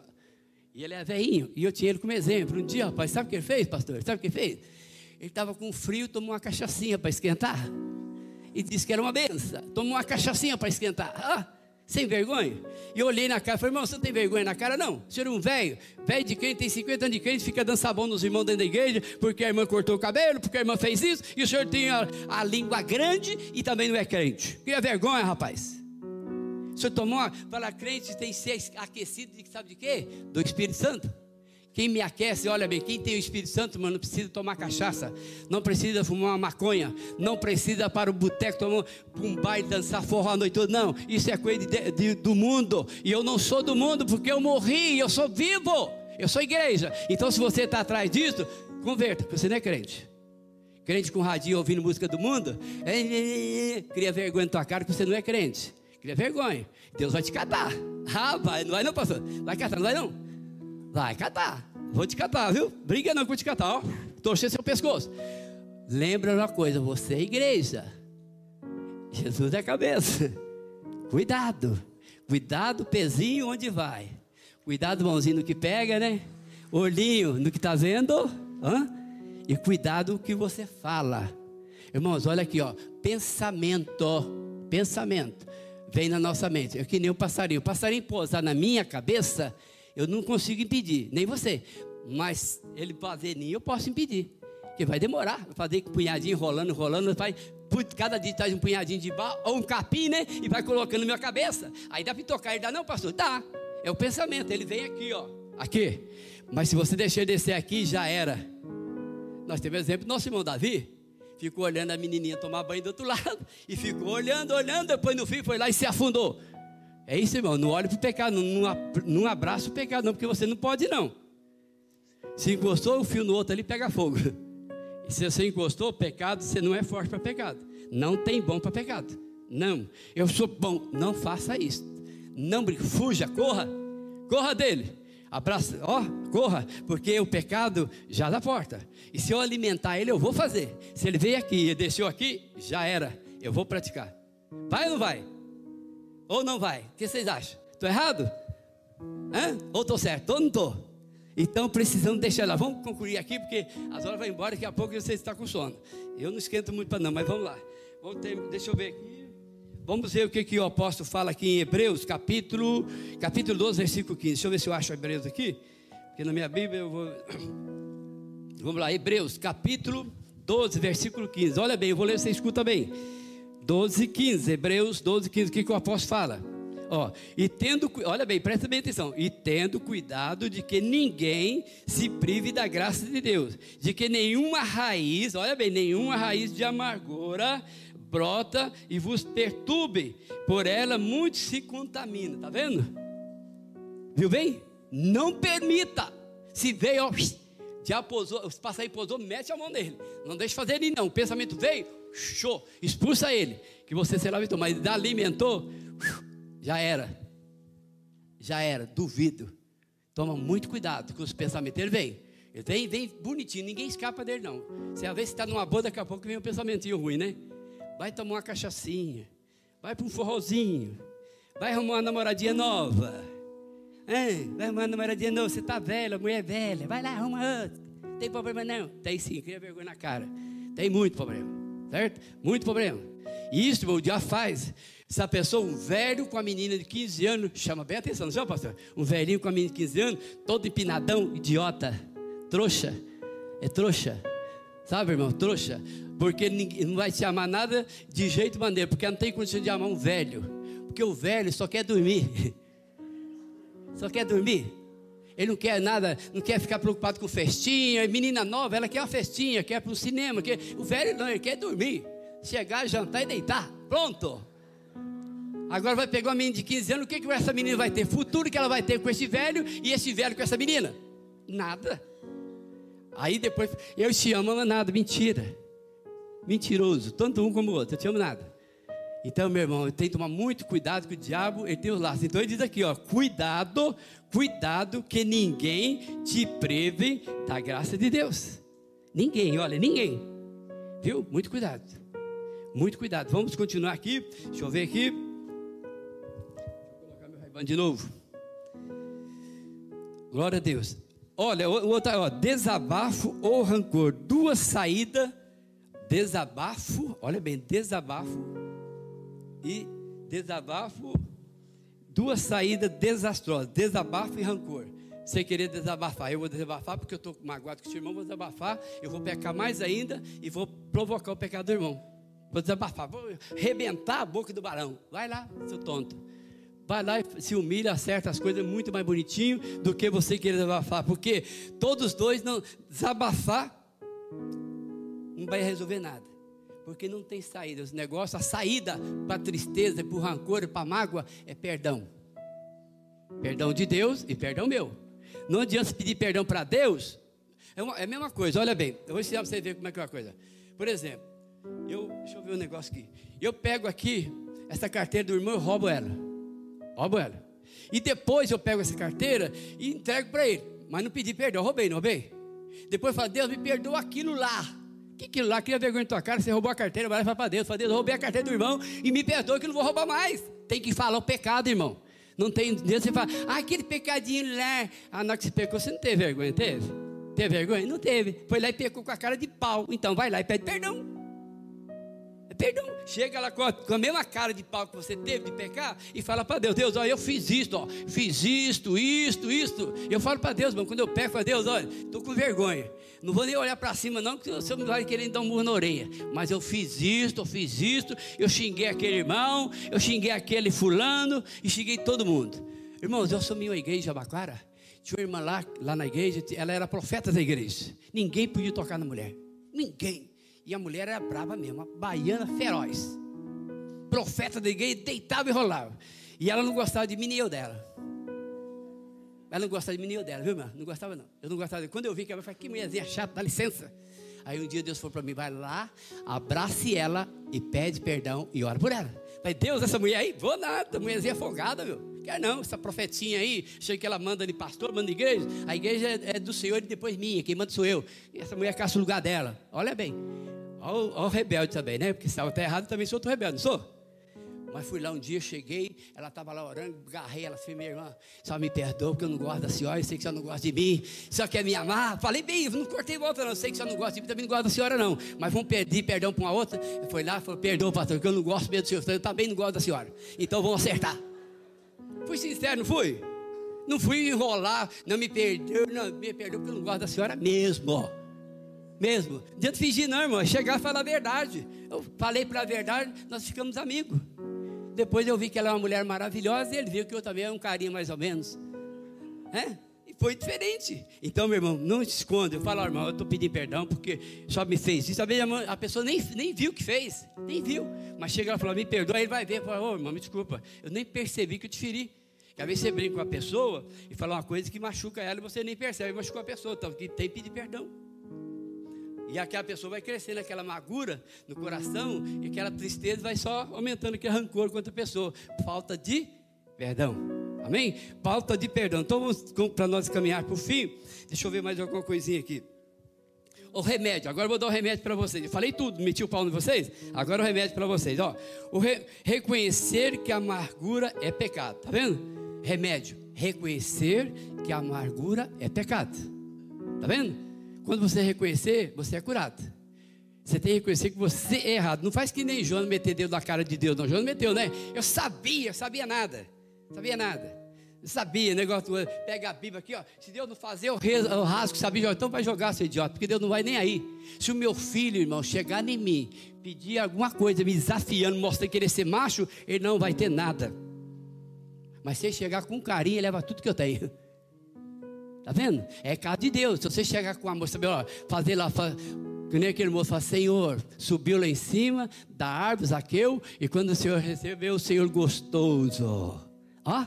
e ele é velhinho, e eu tinha ele como exemplo. Um dia, rapaz, sabe o que ele fez, pastor? Sabe o que ele fez? Ele estava com frio, tomou uma cachaçinha para esquentar. E disse que era uma benção. Tomou uma cachaçinha para esquentar. Ah, sem vergonha. E eu olhei na cara e falei, irmão, você não tem vergonha na cara? Não. O senhor é um velho. Velho de crente, tem cinquenta anos de crente, fica dando sabão nos irmãos dentro da igreja, porque a irmã cortou o cabelo, porque a irmã fez isso, e o senhor tem a, a língua grande e também não é crente. Cria vergonha, rapaz. O senhor tomou, para crente tem que ser aquecido de sabe de quê? Do Espírito Santo. Quem me aquece, olha bem, quem tem o Espírito Santo, mano, não precisa tomar cachaça, não precisa fumar uma maconha, não precisa para o boteco tomar um baile, dançar forró a noite toda, não, isso é coisa de, de, do mundo, e eu não sou do mundo, porque eu morri, eu sou vivo, eu sou igreja. Então se você está atrás disso, converta, porque você não é crente. Crente com radinho ouvindo música do mundo, é, é, é, cria vergonha na tua cara, que você não é crente, cria vergonha, Deus vai te catar. Ah, vai, não vai não, pastor, vai catar, não vai não? Vai catar, vou te catar, viu? Briga não que eu vou te catar, ó. Torcer seu pescoço. Lembra uma coisa, você é igreja, Jesus é a cabeça. Cuidado, cuidado, pezinho onde vai. Cuidado, mãozinho no que pega, né? Olhinho no que está vendo. Hã? E cuidado o que você fala. Irmãos, olha aqui, ó. Pensamento, pensamento vem na nossa mente. É que nem o passarinho. O passarinho pousar na minha cabeça, eu não consigo impedir, nem você. Mas ele fazer ninho, eu posso impedir. Porque vai demorar. Fazer com um punhadinho, enrolando, enrolando. Vai, cada dia traz um punhadinho de barro, ou um capim, né? E vai colocando na minha cabeça. Aí dá para tocar. Ele dá, não, pastor? Dá. É o pensamento. Ele vem aqui, ó. Aqui. Mas se você deixar ele descer aqui, já era. Nós temos exemplo do nosso irmão Davi. Ficou olhando a menininha tomar banho do outro lado. E ficou olhando, olhando. Depois no fim foi lá e se afundou. É isso, irmão, não olhe para o pecado, não, não abraça o pecado não, porque você não pode não. Se encostou o fio no outro ali, pega fogo. E se você encostou o pecado, você não é forte para pecado. Não tem bom para pecado. Não, eu sou bom, não faça isso. Não brinque, fuja, corra, corra dele. Abraça, ó, corra, porque o pecado já dá porta. E se eu alimentar ele, eu vou fazer. Se ele veio aqui e desceu aqui, já era, eu vou praticar. Vai ou não vai? Ou não vai? O que vocês acham? Estou errado? Hã? Ou estou certo? Ou não estou? Então precisamos deixar lá. Vamos concluir aqui, porque as horas vão embora. Daqui a pouco você está com sono. Eu não esquento muito para não, mas vamos lá. Vamos ter, deixa eu ver aqui. Vamos ver o que, que o apóstolo fala aqui em Hebreus, capítulo, capítulo doze, versículo quinze. Deixa eu ver se eu acho Hebreus aqui. Porque na minha Bíblia eu vou... Vamos lá, Hebreus, capítulo doze, versículo quinze. Olha bem, eu vou ler, você escuta bem. doze, quinze, Hebreus doze, quinze, o que, que o apóstolo fala? Ó, e tendo, olha bem, presta bem atenção. E tendo cuidado de que ninguém se prive da graça de Deus, de que nenhuma raiz, olha bem, nenhuma raiz de amargura brota e vos perturbe, por ela muito se contamina. Tá vendo? Viu bem? Não permita. Se veio, ó, já posou, os passarinhos posou, mete a mão nele. Não deixe fazer ele não. O pensamento veio, show, expulsa ele, que você será vitor. Mas alimentou, já era. Já era, duvido. Toma muito cuidado com os pensamentos. Ele vem, ele vem, vem bonitinho, ninguém escapa dele não. Você às vezes está numa boa, daqui a pouco vem um pensamentinho ruim, né? Vai tomar uma cachaçinha, vai para um forrozinho, vai arrumar uma namoradinha nova. É, vai arrumar uma namoradinha nova, você está velha, mulher velha, vai lá, arruma outra. Não tem problema não? Tem sim, cria vergonha na cara. Tem muito problema, certo? Muito problema. E isso, irmão, já faz. Essa pessoa, um velho com a menina de quinze anos, chama bem a atenção, não chama, pastor? Um velhinho com a menina de quinze anos, todo empinadão, idiota, trouxa, é trouxa. Sabe, irmão, trouxa. Porque ninguém, não vai te amar nada de jeito maneiro, porque não tem condição de amar um velho. Porque o velho só quer dormir. Só quer dormir. Ele não quer nada, não quer ficar preocupado com festinha. Menina nova, ela quer uma festinha, quer para o cinema. Quer... O velho não, ele quer dormir. Chegar, jantar e deitar. Pronto. Agora vai pegar uma menina de quinze anos, o que, que essa menina vai ter? Futuro que ela vai ter com esse velho e esse velho com essa menina? Nada. Aí depois, eu te amo, não é nada, mentira. mentiroso, tanto um como o outro, eu te amo nada. Então, meu irmão, eu tenho que tomar muito cuidado com o diabo, ele tem os laços. Então ele diz aqui, ó, cuidado, cuidado que ninguém te prive da graça de Deus. Ninguém, olha, ninguém. Viu? Muito cuidado. Muito cuidado. Vamos continuar aqui. Deixa eu ver aqui. Deixa eu colocar meu raibão de novo. Glória a Deus. Olha, o outro, ó, desabafo ou rancor. Duas saídas. Desabafo, olha bem, desabafo e desabafo, duas saídas desastrosas, desabafo e rancor. Você querer desabafar, eu vou desabafar porque eu estou magoado com o seu irmão, vou desabafar, eu vou pecar mais ainda e vou provocar o pecado do irmão. Vou desabafar, vou arrebentar a boca do barão. Vai lá, seu tonto. Vai lá e se humilha, acerta as coisas muito mais bonitinho do que você querer desabafar, porque todos os dois não desabafar não vai resolver nada, porque não tem saída. Os negócios, a saída para a tristeza, para o rancor, para a mágoa é perdão. Perdão de Deus e perdão meu. Não adianta pedir perdão para Deus. É, uma, é a mesma coisa, olha bem. Eu vou ensinar para você ver como é que é uma coisa. Por exemplo, eu, deixa eu ver um negócio aqui. Eu pego aqui essa carteira do irmão e roubo ela. Roubo ela. E depois eu pego essa carteira e entrego para ele. Mas não pedi perdão, roubei, não roubei? Depois eu falo, Deus me perdoa aquilo lá. Que aquilo lá, cria vergonha na tua cara, você roubou a carteira, vai levar para Deus. Fala, Deus, eu roubei a carteira do irmão e me perdoa que eu não vou roubar mais. Tem que falar o pecado, irmão. Não tem, Deus, você fala, ah, aquele pecadinho lá. Ah, na hora que você pecou, você não teve vergonha, teve? Teve vergonha? Não teve. Foi lá e pecou com a cara de pau. Então vai lá e pede perdão. Perdão. Chega lá com a, com a mesma cara de pau que você teve de pecar e fala para Deus, Deus, ó, eu fiz isto, ó, fiz isto, isto, isto. Eu falo para Deus, mano, quando eu peco, para Deus, olha, estou com vergonha. Não vou nem olhar para cima não, porque você não vai querer dar um murro na orelha. Mas eu fiz isto, eu fiz isto, eu xinguei aquele irmão, eu xinguei aquele fulano e xinguei todo mundo. Irmãos, eu assumi uma igreja de Jabaquara. Tinha uma irmã lá, lá na igreja, ela era profeta da igreja. Ninguém podia tocar na mulher. Ninguém. E a mulher era brava mesmo, uma baiana feroz. Profeta da igreja, deitava e rolava. E ela não gostava de mim nem eu dela. Ela não gostava de mim nem eu dela, viu, irmã? Não gostava não. Eu não gostava. Quando eu vi que ela falou, que mulherzinha chata, dá licença. Aí um dia Deus falou para mim, vai lá, abrace ela e pede perdão e ora por ela. Falei, Deus, essa mulher aí, vou nada, mulherzinha folgada, meu. Quer não, essa profetinha aí, achei que ela manda de pastor, manda de igreja. A igreja é do Senhor e depois minha, quem manda sou eu. E essa mulher caça o lugar dela. Olha bem. Olha o rebelde também, né? Porque se ela está errada, também sou outro rebelde, não sou? Mas fui lá um dia, cheguei, ela estava lá orando, agarrei ela, falei, minha irmã, só me perdoa porque eu não gosto da senhora, eu sei que a senhora não gosta de mim, só quer me amar. Falei bem, não cortei volta não, eu sei que a senhora não gosta de mim, também não gosta da senhora não, mas vamos pedir perdão para uma outra. Eu fui lá, falei, perdoa pastor, porque eu não gosto mesmo do senhor, eu também não gosto da senhora, então vamos acertar. Fui sincero, não fui? Não fui enrolar, não me perdoa, não me perdoa porque eu não gosto da senhora mesmo, ó. Mesmo, não adianta fingir não, irmão, chegar e falar a verdade. Eu falei para a verdade, nós ficamos amigos. Depois eu vi que ela é uma mulher maravilhosa e ele viu que eu também era um carinha mais ou menos, é? E foi diferente. Então, meu irmão, não se esconda. Eu falo, oh, irmão, eu estou pedindo perdão porque só me fez isso. A pessoa nem, nem viu o que fez, nem viu. Mas chega lá e fala, me perdoa, aí ele vai ver, fala, ô, oh, irmão, me desculpa, eu nem percebi que eu te feri. Porque às vezes você brinca com a pessoa e fala uma coisa que machuca ela e você nem percebe, machucou a pessoa, então tem que pedir perdão. E aquela pessoa vai crescendo aquela amargura no coração e aquela tristeza vai só aumentando aquele rancor contra a pessoa. Falta de perdão. Amém? Falta de perdão. Então vamos para nós caminhar para o fim. Deixa eu ver mais alguma coisinha aqui. O remédio. Agora eu vou dar o remédio para vocês. Eu falei tudo, meti o pau em vocês. Agora o remédio para vocês. Ó, o re... reconhecer que a amargura é pecado. Tá vendo? Remédio. Reconhecer que a amargura é pecado. Tá vendo? Quando você reconhecer, você é curado. Você tem que reconhecer que você é errado. Não faz que nem Jonas meter dedo na cara de Deus. Não, Jonas meteu, né? Eu sabia, eu sabia nada. Sabia nada. Eu sabia, negócio. Pega a Bíblia aqui, ó. Se Deus não fazer, eu, rezo, eu rasgo, sabia. Então vai jogar, seu idiota, porque Deus não vai nem aí. Se o meu filho, irmão, chegar em mim, pedir alguma coisa, me desafiando, mostrando querer ser macho, ele não vai ter nada. Mas se ele chegar com carinho, ele leva tudo que eu tenho. Tá vendo? É caso de Deus. Se você chegar com a moça, ó, fazer lá, faz, que nem aquele moço fala, Senhor, subiu lá em cima da árvore, Zaqueu, e quando o Senhor recebeu, o Senhor gostoso. Ó.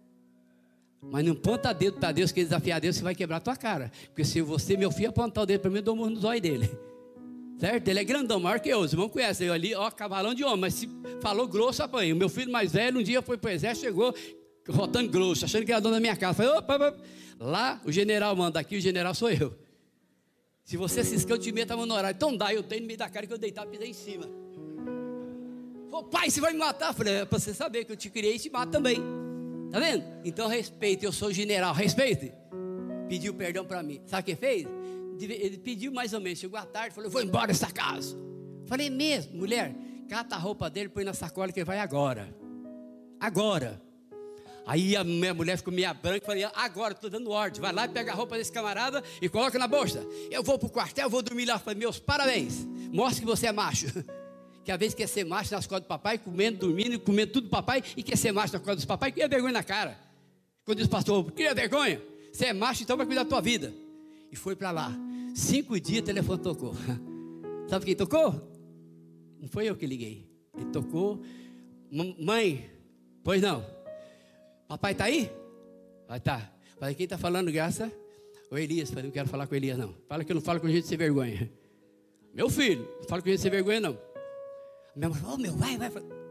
Mas não aponta dedo para Deus, que desafiar Deus, você vai quebrar a tua cara. Porque se você, meu filho, apontar o dedo para mim, eu dou um murro no zóio dele. certo? Ele é grandão, maior que eu, os irmãos conhecem, eu ali, ó, cavalão de homem, mas se falou grosso, apanhei. O meu filho mais velho, um dia foi pro exército, chegou rotando grosso, achando que era dono da minha casa. Falei, opa, opa. Lá o general manda, aqui o general sou eu. Se você se escão, eu te meto a mão no horário. Então dá, eu tenho no meio da cara que eu deitava e pisei em cima. Falei, pai, você vai me matar? Eu falei, é pra você saber que eu te criei e te mato também. Tá vendo? Então respeite, eu sou general, respeite. Pediu perdão para mim. Sabe o que fez? Ele pediu mais ou menos, chegou à tarde, falou, eu vou embora dessa casa. Falei, mesmo, mulher, cata a roupa dele, põe na sacola que ele vai agora. Agora. Aí a minha mulher ficou meia branca, falei, agora, estou dando ordem, vai lá e pega a roupa desse camarada e coloca na bolsa. Eu vou para o quartel, vou dormir lá. Falei, meus parabéns, mostra que você é macho. Que às vezes quer ser macho nas costas do papai, comendo, dormindo, comendo tudo do papai, e quer ser macho nas costas dos papai, cria vergonha na cara. Quando diz o pastor, cria vergonha, você é macho, então vai cuidar da tua vida. E foi para lá, cinco dias o telefone tocou. Sabe quem tocou? Não foi eu que liguei, ele tocou. Mãe, pois não, papai está aí? Vai tá. Falei, quem está falando, graça? O Elias. Falei, não quero falar com o Elias não, fala que eu não falo com gente sem vergonha. Meu filho, não falo com gente sem vergonha não. Minha mãe falou, oh, meu, vai, vai.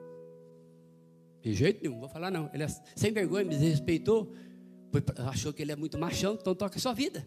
De jeito nenhum, não vou falar não. Ele é sem vergonha, me desrespeitou, achou que ele é muito machão, então toca a sua vida.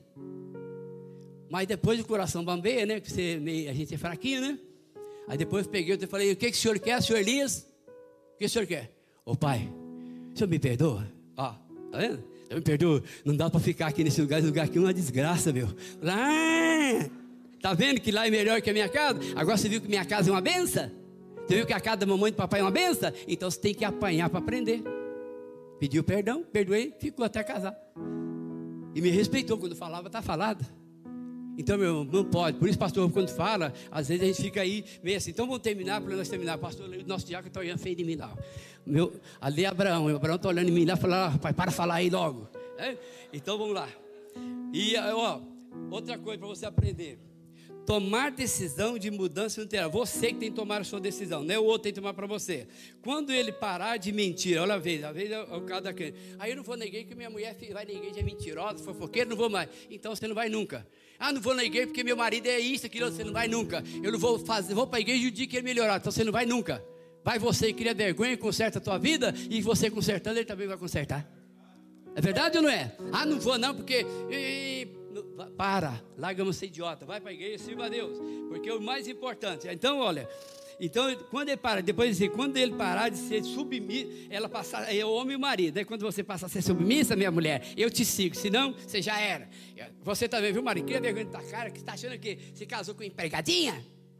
Mas depois o coração bambeia, né? Que você, a gente é fraquinho, né? Aí depois eu peguei e falei, o que, que o senhor quer, senhor Elias? O que o senhor quer? Ô pai, o senhor me perdoa? Ó, tá vendo? Eu me perdoa, não dá para ficar aqui nesse lugar, esse lugar aqui é uma desgraça, meu. Lá, tá vendo que lá é melhor que a minha casa? Agora você viu que minha casa é uma benção? Você viu que a casa da mamãe e do papai é uma benção? Então você tem que apanhar para aprender. Pediu perdão, perdoei, ficou até casar. E me respeitou, quando falava, tá falado. Então, meu, não pode. Por isso, pastor, quando fala, às vezes a gente fica aí meio assim. Então vamos terminar, para nós terminar. Pastor, o nosso diácono está olhando feio de mim lá. Meu, ali é Abraão, o Abraão está olhando em mim lá e falando, ah, rapaz, para falar aí logo. É? Então vamos lá. E, ó, outra coisa para você aprender. Tomar decisão de mudança não terá. Você que tem que tomar a sua decisão, não é o outro que tem que tomar para você. Quando ele parar de mentir, olha a vez, a vez é o caso daquele. Aí eu não vou na igreja porque minha mulher vai na igreja é mentirosa, fofoqueira, não vou mais. Então você não vai nunca. Ah, não vou na igreja porque meu marido é isso, aquilo, você não vai nunca. Eu não vou fazer, vou para a igreja o dia que ele melhorar, então você não vai nunca. Vai você e cria vergonha e conserta a tua vida, e você consertando, ele também vai consertar. É verdade ou não é? Ah, não vou não, porque... E, para, larga você idiota, vai para a igreja, sirva a Deus, porque é o mais importante. Então, olha, então, quando ele para, depois assim, quando ele parar de ser submisso, ela passar, é o homem e o marido. Aí quando você passa a ser submissa, minha mulher, eu te sigo, senão você já era. Você também, viu, marido? Cria vergonha da cara, que está achando que se casou com empregadinha?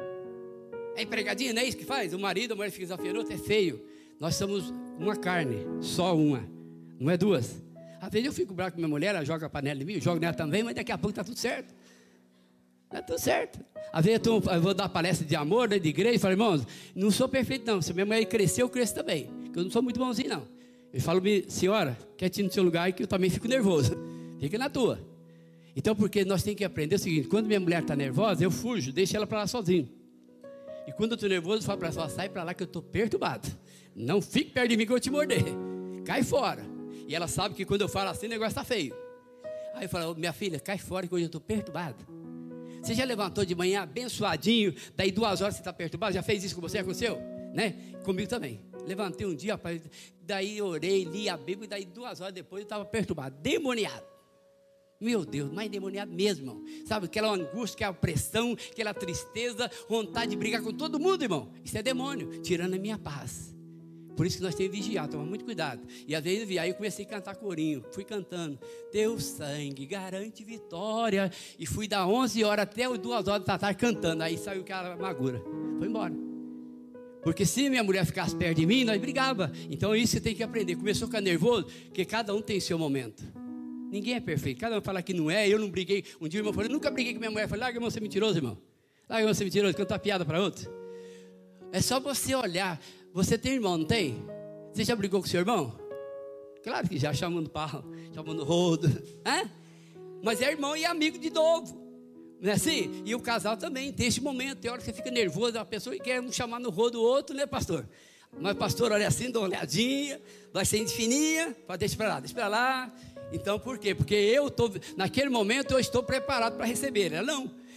É empregadinha, não é isso que faz? O marido, a mulher fica desafiando, outro é feio. Nós somos uma carne, só uma, não é duas. Às vezes eu fico bravo com minha mulher, ela joga a panela em mim, eu jogo nela também, mas daqui a pouco está tudo certo. Está tudo certo. Às vezes eu, tô, eu vou dar palestra de amor, né, de igreja, e falo, irmãos, não sou perfeito não, se minha mulher cresceu, eu cresço também, porque eu não sou muito bonzinho não. Eu falo, senhora, quietinho no seu lugar, que eu também fico nervoso, fica na tua. Então, porque nós temos que aprender o seguinte, quando minha mulher está nervosa, eu fujo, deixo ela para lá sozinho. E quando eu estou nervoso, eu falo para ela, sai para lá que eu estou perturbado. Não fique perto de mim que eu vou te morder. Cai fora. E ela sabe que quando eu falo assim, o negócio está feio. Aí eu falo, minha filha, cai fora que hoje eu estou perturbado. Você já levantou de manhã abençoadinho, daí duas horas você está perturbado? Já fez isso com você? Aconteceu? Né? Comigo também. Levantei um dia, rapaz, daí orei, li a Bíblia, e daí duas horas depois eu estava perturbado, demoniado. Meu Deus, mais demoniado mesmo, irmão. Sabe, aquela angústia, aquela pressão, aquela tristeza, vontade de brigar com todo mundo, irmão. Isso é demônio, tirando a minha paz. Por isso que nós temos que vigiar, tomar muito cuidado. E às vezes, aí eu comecei a cantar corinho. Fui cantando. Teu sangue garante vitória. E fui da onze horas até as duas horas da tarde cantando. Aí saiu aquela amargura. Foi embora. Porque se minha mulher ficasse perto de mim, nós brigava. Então isso você tem que aprender. Começou a ficar nervoso, porque cada um tem seu momento. Ninguém é perfeito. Cada um fala que não é. Eu não briguei. Um dia o irmão falou, eu nunca briguei com minha mulher. Eu falei, larga, irmão, você é mentiroso, irmão. Larga, irmão, você é mentiroso. Cantar piada para outro. É só você olhar. Você tem irmão, não tem? Você já brigou com seu irmão? Claro que já, chamando pau, chamando rodo, né? Mas é irmão e amigo de novo, não é assim? E o casal também tem esse momento, tem hora que você fica nervoso, a pessoa quer um chamar no rodo o outro, né, pastor? Mas pastor, olha assim, dá uma olhadinha, vai ser fininha, pode deixar para lá, deixa para lá. Então por quê? Porque eu estou, naquele momento eu estou preparado para receber, ela não.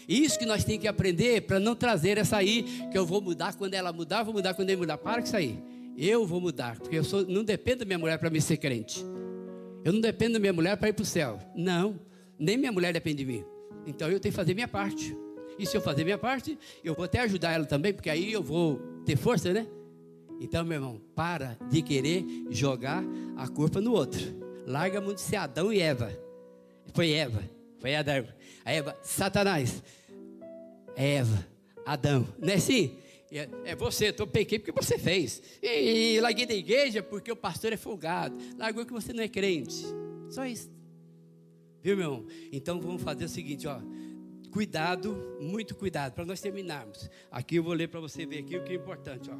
Isso que nós temos que aprender para não trazer essa aí, que eu vou mudar quando ela mudar, vou mudar quando ele mudar. Para com isso aí. Eu vou mudar, porque eu sou, não dependo da minha mulher para me ser crente. Eu não dependo da minha mulher para ir para o céu. Não, nem minha mulher depende de mim. Então eu tenho que fazer minha parte. E se eu fazer minha parte, eu vou até ajudar ela também, porque aí eu vou ter força, né? Então, meu irmão, para de querer jogar a culpa no outro. Larga a mão de ser Adão e Eva. Foi Eva, foi Adão. A Eva, Satanás. Eva, Adão. Não é assim? É, é você, eu pequei porque você fez. E, e larguei da igreja porque o pastor é folgado. Largou que você não é crente. Só isso. Viu, meu irmão? Então vamos fazer o seguinte, ó. Cuidado, muito cuidado, para nós terminarmos. Aqui eu vou ler para você ver aqui o que é importante, ó.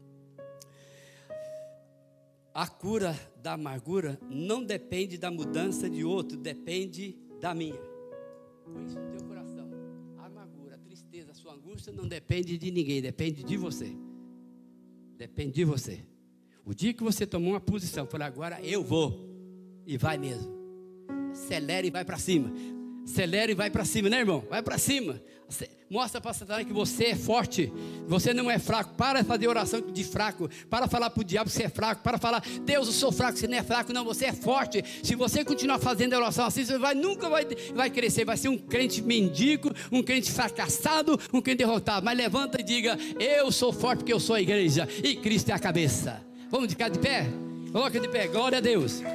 A cura da amargura não depende da mudança de outro, depende da minha. Põe isso no teu coração. A amargura, a tristeza, a sua angústia não depende de ninguém, depende de você. Depende de você. O dia que você tomou uma posição, falou, agora eu vou, e vai mesmo. Acelera e vai para cima. Acelera e vai para cima, né, irmão? Vai para cima. Mostra para Satanás que você é forte. Você não é fraco. Para de fazer oração de fraco. Para de falar para o diabo que você é fraco. Para de falar, Deus, eu sou fraco. Você não é fraco, não. Você é forte. Se você continuar fazendo oração assim, você vai, nunca vai, vai crescer. Vai ser um crente mendigo, um crente fracassado, um crente derrotado. Mas levanta e diga, eu sou forte porque eu sou a igreja. E Cristo é a cabeça. Vamos ficar de pé? Coloca de pé. Glória a Deus.